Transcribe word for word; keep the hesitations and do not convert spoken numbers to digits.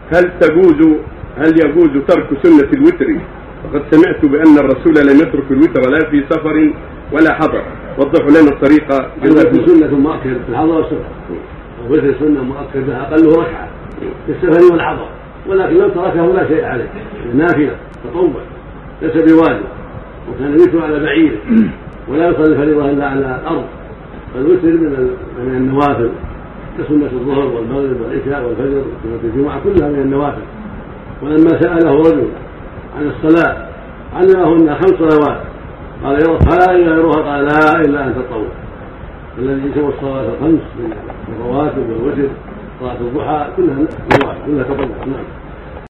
هل تجوز هل يجوز ترك سنة الوتر؟ وقد سمعت بأن الرسول لم يترك الوتر لا في سفر ولا حضر، وضحوا لنا الطريقة. الوتر سنة مؤكدة في الحضر والسفر، الوتر سنة مؤكدة أقله ركعة في السفر والحضر، ولكن لو تركه لا شيء عليه، نافلة تطوع ليس بواجب، وكان الوتر على بعير ولا يصلي الفريضة إلا على الأرض، فالوتر من من النوافل كسنة الظهر والمغرب والعشاء والفجر وسنة الجمعة كلها من النوافل. ولما سأله رجل عن الصلاة علمه أنها خمس صلوات قال يرها إلا يروها قال لا إلا أن تطوع. الذي يسوى الصلوات الخمس من الرواتب والوتر صلاة الضحى كلها نوافل كلها تطوع. نعم.